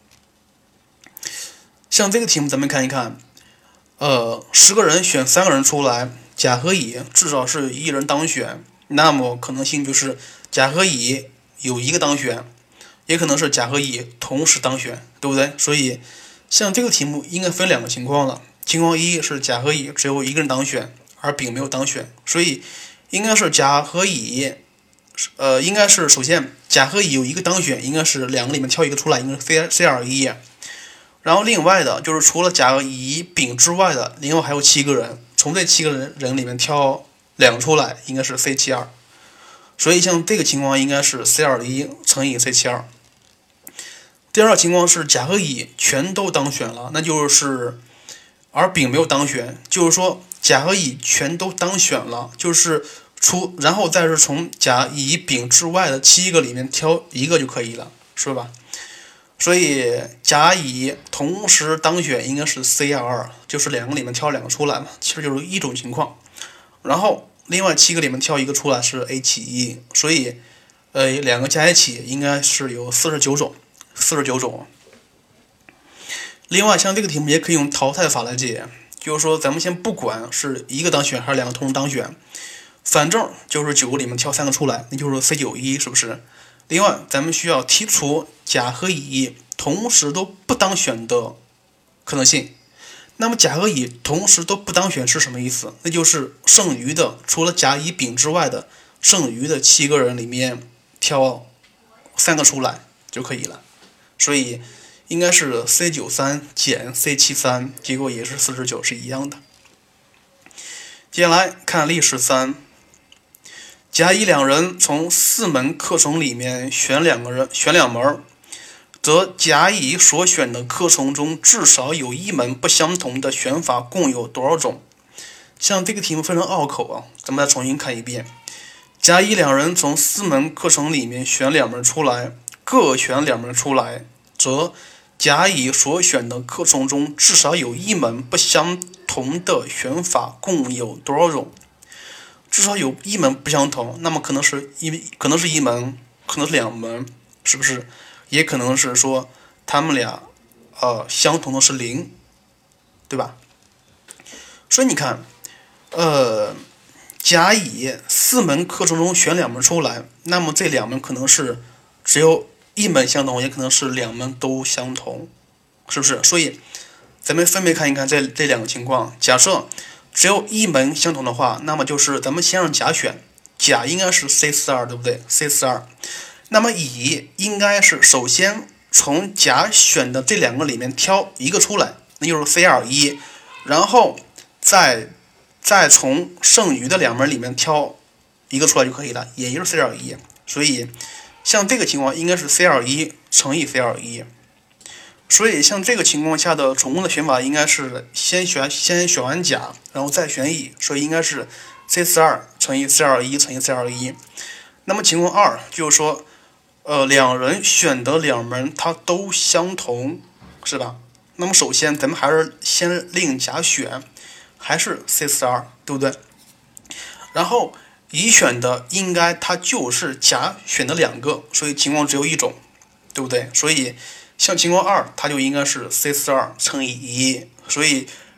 像这个题目咱们看一看，呃，十个人选三个人出来，甲和乙至少是一人当选，那么可能性就是甲和乙有一个当选，也可能是甲和乙同时当选，对不对？所以像这个题目应该分两个情况了。情况一是甲和乙只有一个人当选，而丙没有当选，所以应该是甲和乙，呃，应该是首先甲和乙有一个当选，应该是两个里面挑一个出来，应该是 C C 二一。然后另外的就是除了甲乙丙之外的，另外还有七个人，从这七个人人里面挑两个出来，应该是 C 七二。所以像这个情况应该是 C 二一乘以 C 七二。第二个情况是甲和乙全都当选了，那就是而丙没有当选，就是说甲和乙全都当选了，就是除然后再是从甲乙丙之外的七个里面挑一个就可以了，是吧？所以甲乙同时当选应该是 C 二二，就是两个里面挑两个出来嘛，其实就是一种情况。然后另外七个里面挑一个出来是 A 七一，所以呃两个加一起应该是有四十九种，四十九种。另外像这个题目也可以用淘汰法来解，就是说咱们先不管是一个当选还是两个同时当选，反正就是九个里面挑三个出来，那就是 C 九一，是不是？另外咱们需要剔除甲和乙同时都不当选的可能性。那么甲和乙同时都不当选是什么意思？那就是剩余的除了甲乙丙之外的剩余的七个人里面挑三个出来就可以了，所以应该是 C 九三 减 C 七三，结果也是四十九，是一样的。接下来看例十三，甲乙两人从四门课程里面选两个人选两门，则甲乙所选的课程中至少有一门不相同的选法共有多少种？像这个题目非常拗口啊，咱们再重新看一遍。甲乙两人从四门课程里面选两门出来，各选两门出来，则甲乙所选的课程中至少有一门不相同的选法共有多少种？至少有一门不相同，那么可能是一可能是一门，可能是两门，是不是？也可能是说他们俩呃相同的是零，对吧？所以你看，呃，甲乙四门课程中选两门出来，那么这两门可能是只有一门相同，也可能是两门都相同，是不是？所以咱们分别看一看这这两个情况。假设只有一门相同的话，那么就是咱们先让甲选，甲应该是 C 四二，对不对 ？C 四二。那么乙应该是首先从甲选的这两个里面挑一个出来，那就是 C 二一，然后再再从剩余的两门里面挑一个出来就可以了，也就是 C 二一。所以像这个情况应该是 C 二一乘以 C 二一。所以像这个情况下的总共的选法应该是先选先选完甲，然后再选乙，所以应该是 C 四二乘以 C 二一乘以 C 二一。那么情况二就是说，呃，两人选的两门它都相同，是吧？那么首先咱们还是先令甲选，还是 C 四二，对不对？然后乙选的应该它就是甲选的两个，所以情况只有一种，对不对？所以像情况二，它就应该是 C 四二乘以一，所以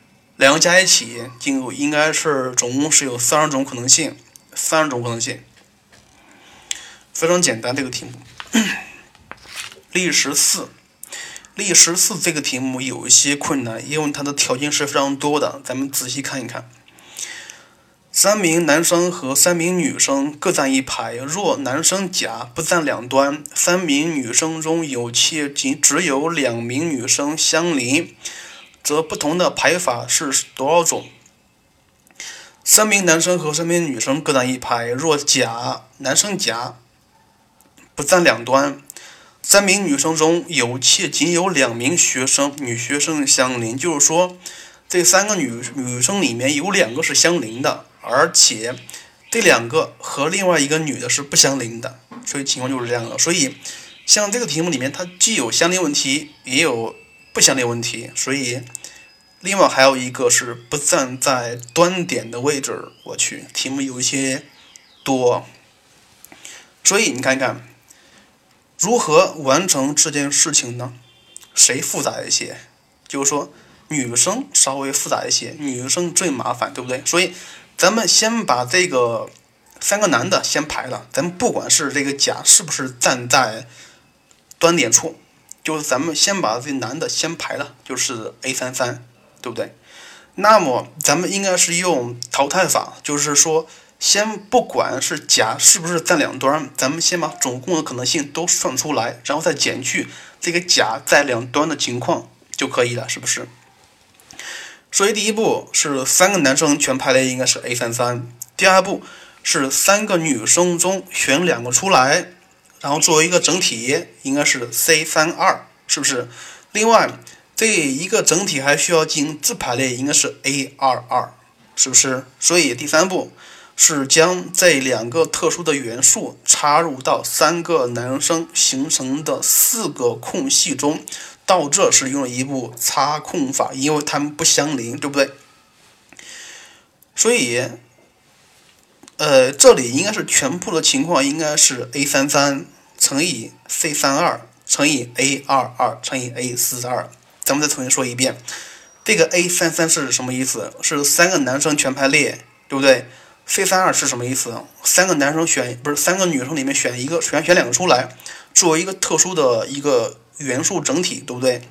两个加一起就应该是总共是有三十种可能性，三十种可能性，非常简单这个题目。例十四，例十四这个题目有一些困难，因为它的条件是非常多的，咱们仔细看一看。三名男生和三名女生各站一排，若男生甲不占两端，三名女生中有且只有两名女生相邻，则不同的排法是多少种？三名男生和三名女生各站一排，若甲男生甲不占两端，三名女生中有且仅有两名学生女学生相邻，就是说这三个女女生里面有两个是相邻的，而且这两个和另外一个女的是不相邻的，所以情况就是这样的。所以像这个题目里面它既有相邻问题也有不相邻问题，所以另外还有一个是不站在端点的位置。我去，题目有一些多，所以你看看如何完成这件事情呢？谁复杂一些？就是说女生稍微复杂一些，女生最麻烦，对不对？所以咱们先把这个三个男的先排了，咱们不管是这个甲是不是站在端点处，就是咱们先把这男的先排了，就是 A 三三， 对不对？那么咱们应该是用淘汰法，就是说先不管是甲是不是占两端，咱们先把总共的可能性都算出来，然后再减去这个甲在两端的情况就可以了，是不是？所以第一步是三个男生全排列应该是 A 三三， 第二步是三个女生中选两个出来，然后作为一个整体应该是 C 三二， 是不是？另外这一个整体还需要进行自排列，应该是 A 二二， 是不是？所以第三步是将这两个特殊的元素插入到三个男生形成的四个空隙中，到这是用了一步插空法，因为它们不相邻，对不对？所以呃，这里应该是全部的情况应该是 A 三三 乘以 C 三二 乘以 A 二二 乘以 A 四二。咱们再重新说一遍，这个 A 三三 是什么意思？是三个男生全排列，对不对？ C 三二 是什么意思？三个男生选不是三个女生里面选一个，选选两个出来，作为一个特殊的一个元素整体，对不对？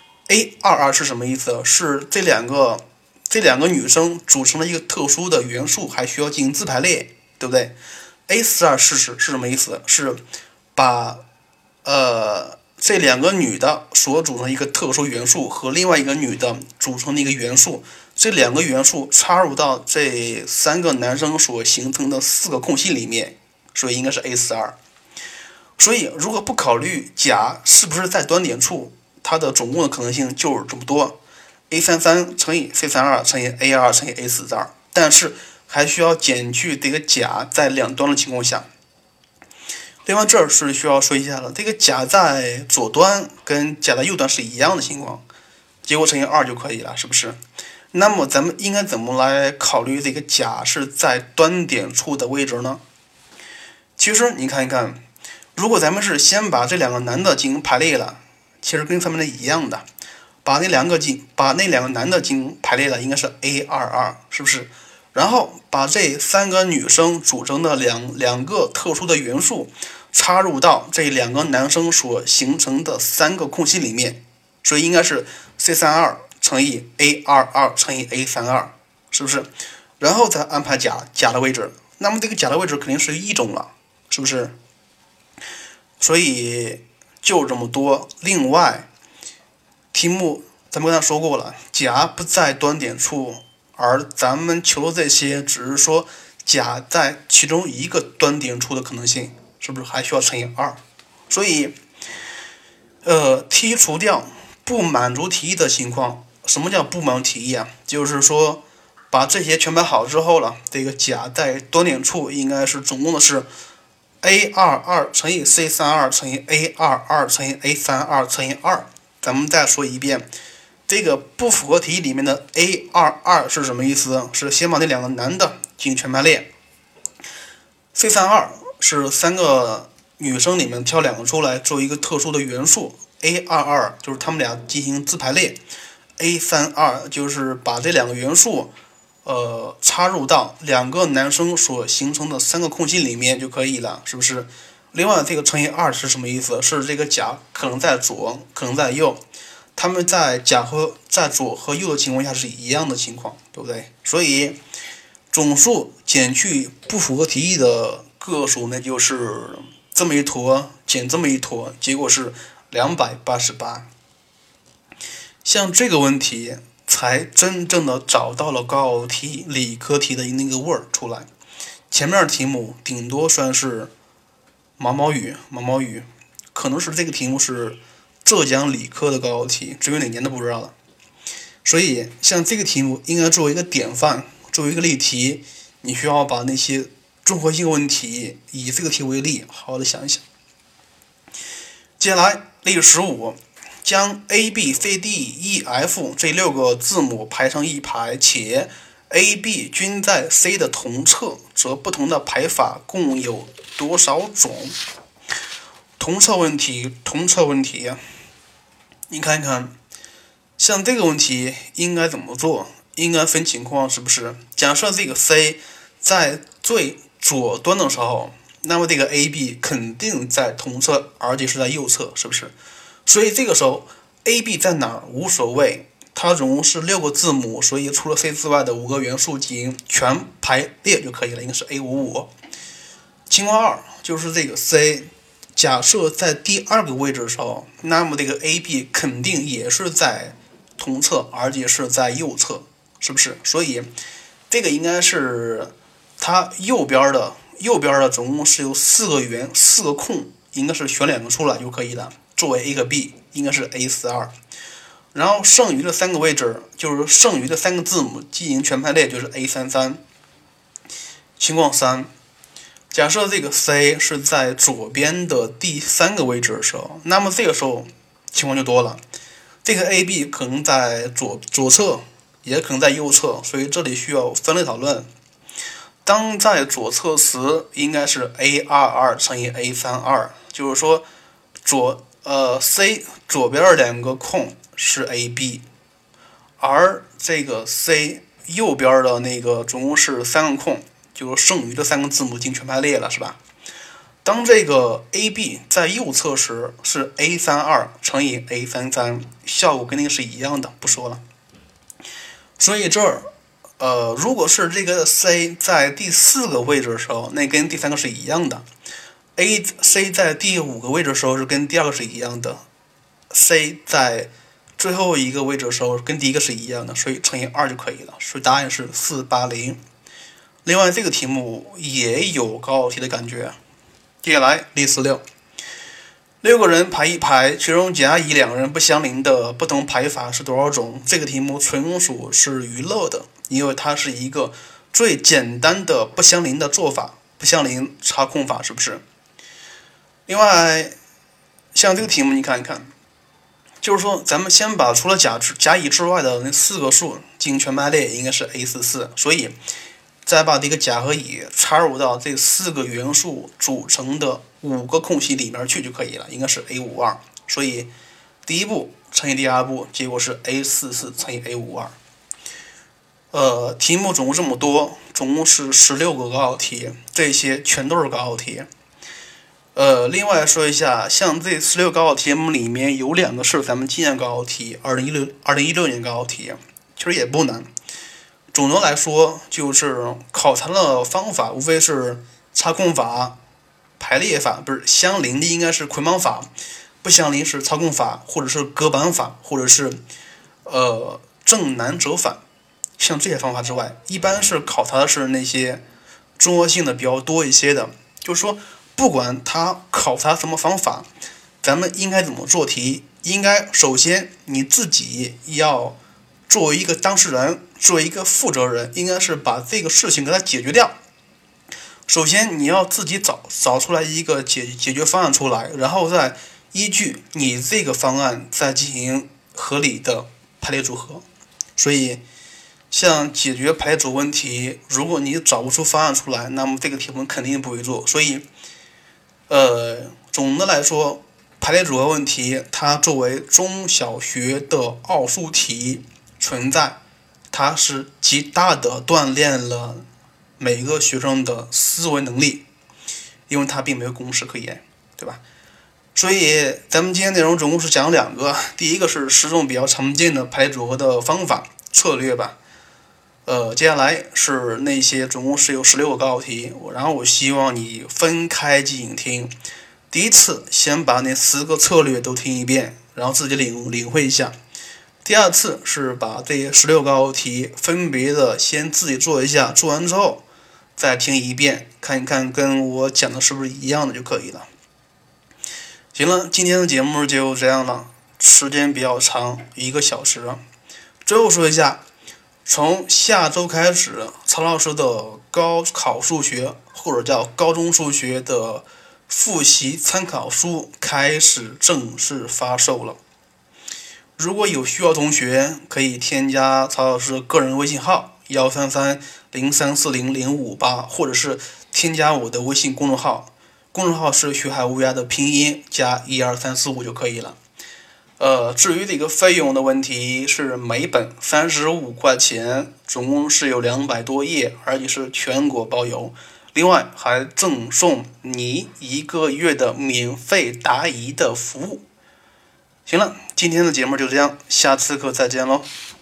A 二二 是什么意思？是这两个这两个女生组成了一个特殊的元素，还需要进行自排列，对不对？ A 四二 是是什么意思？是把呃这两个女的所组成一个特殊元素和另外一个女的组成的一个元素，这两个元素插入到这三个男生所形成的四个空隙里面，所以应该是 A 四二。 所以如果不考虑甲是不是在端点处，它的总共的可能性就是这么多， A 三三 乘以 C 三二 乘以 A 二二 乘以 A 四二， 但是还需要减去这个甲在两端的情况下。另外这儿是需要说一下的，这个甲在左端跟甲在右端是一样的情况，结果乘以二就可以了，是不是？那么咱们应该怎么来考虑这个甲是在端点处的位置呢？其实你看一看，如果咱们是先把这两个男的进行排列了，其实跟上面的一样的，把那两个进把那两个男的进行排列了，应该是 A 二二， 是不是？然后把这三个女生组成的两两个特殊的元素插入到这两个男生所形成的三个空隙里面，所以应该是 C 三二 乘以 A 二二 乘以 A 三二， 是不是？然后再安排甲甲的位置，那么这个甲的位置肯定是一种了，是不是？所以就这么多。另外题目咱们刚才说过了，甲不在端点处，而咱们求的这些只是说甲在其中一个端点处的可能性，是不是还需要乘以二？所以呃，剔除掉不满足题意的情况。什么叫不满足题意啊？就是说把这些全排好之后了，这个甲在端点处应该是总共的是 A 二二 乘以 C 三二 乘以 A 二二 乘以 A 三二 乘以二。咱们再说一遍，这个不符合题里面的 A 二二 是什么意思？是先把那两个男的进行全排列， C 三二 是三个女生里面挑两个出来做一个特殊的元素， A 二二 就是他们俩进行自排列， A 三二，就是把这两个元素呃插入到两个男生所形成的三个空隙里面就可以了，是不是？另外这个乘以二是什么意思？是这个甲可能在左，可能在右，他们在甲和在左和右的情况下是一样的情况，对不对？所以总数减去不符合题意的个数，那就是这么一坨减这么一坨，结果是两百八十八。像这个问题才真正的找到了高考题、理科题的那个味儿出来。前面的题目顶多算是毛毛雨，毛毛雨，可能是这个题目是浙江理科的高考题，至于哪年都不知道了。所以像这个题目应该作为一个典范，作为一个例题，你需要把那些综合性问题以这个题为例，好好的想一想。接下来例十五，将 A B C D E F 这六个字母排成一排，且 A B 均在 C 的同侧，则不同的排法共有多少种？同侧问题，同侧问题呀、啊，你看一看，像这个问题应该怎么做？应该分情况，是不是？假设这个 C 在最左端的时候，那么这个 A B 肯定在同侧，而且是在右侧，是不是？所以这个时候 A B 在哪儿无所谓，它总共是六个字母，所以除了 C 之外的五个元素进行全排列就可以了，应该是 A 五五。情况二就是这个 C 假设在第二个位置的时候，那么这个 A B 肯定也是在同侧，而且是在右侧，是不是？所以这个应该是它右边的右边的总共是有四个圆四个空，应该是选两个出来就可以了，作为 A 和 B 应该是 A 四二，然后剩余的三个位置就是剩余的三个字母进行全排列，就是 A 三三。情况三，假设这个 C 是在左边的第三个位置的时候，那么这个时候情况就多了，这个 A B 可能在左左侧，也可能在右侧，所以这里需要分类讨论。当在左侧时，应该是 A 二二乘以 A 三二，就是说左呃 C 左边两个空是 A B， 而这个 C 右边的那个总共是三个空，就是剩余的三个字母进全排列了，是吧？当这个 A B 在右侧时是 A 三二乘以 A 三三，效果跟那个是一样的，不说了。所以这儿呃，如果是这个 C 在第四个位置的时候，那跟第三个是一样的。A C 在第五个位置的时候是跟第二个是一样的。C 在最后一个位置的时候跟第一个是一样的，所以乘以二就可以了。所以答案是四八零。另外这个题目也有高考题的感觉。接下来例十六，六个人排一排，其中甲乙两个人不相邻的不同排法是多少种？这个题目纯属是娱乐的，因为它是一个最简单的不相邻的做法，不相邻插空法，是不是？另外，像这个题目你看一看，就是说咱们先把除了甲甲乙之外的那四个数进行全排列，应该是 A 四四，所以再把这个甲和乙插入到这四个元素组成的五个空隙里面去就可以了，应该是 A 五二。所以第一步乘以第二步，结果是 A 四四乘以 A 五二。呃，题目总共这么多，总共是十六个高考题，这些全都是高考题。呃，另外说一下，像这十六高考题目里面有两个是咱们今年高考题，二零一六二零一六年高考题，其实也不难。总的来说，就是考察的方法无非是插空法、排列法，不是相邻的应该是捆绑法，不相邻是操控法，或者是隔板法，或者是呃正南折返。像这些方法之外，一般是考察的是那些综合性的比较多一些的。就是说，不管他考察什么方法，咱们应该怎么做题？应该首先你自己要作为一个当事人，作为一个负责人，应该是把这个事情给它解决掉。首先你要自己找找出来一个解解决方案出来，然后再依据你这个方案再进行合理的排列组合。所以像解决排列组问题，如果你找不出方案出来，那么这个题目肯定不会做。所以呃，总的来说， 排列组合问题，它作为中小学的奥数题存在，它是极大的锻炼了每个学生的思维能力，因为它并没有公式可言，对吧？所以咱们今天内容总共是讲两个，第一个是十种比较常见的排列组合的方法策略吧。呃，接下来是那些总共是有十六个高考题，然后我希望你分开进行听。第一次先把那四个策略都听一遍，然后自己领领会一下。第二次是把这十六个高考题分别的先自己做一下，做完之后再听一遍，看一看跟我讲的是不是一样的就可以了。行了，今天的节目就这样了，时间比较长，一个小时。最后说一下，从下周开始，曹老师的高考数学或者叫高中数学的复习参考书开始正式发售了。如果有需要同学，可以添加曹老师个人微信号幺三三零三四零零五八，或者是添加我的微信公众号。公众号是学海无涯的拼音加一二三四五就可以了。呃，至于这个费用的问题，是每本三十五块钱，总共是有两百多页，而且是全国包邮。另外还赠送你一个月的免费答疑的服务。行了，今天的节目就这样，下次课再见喽。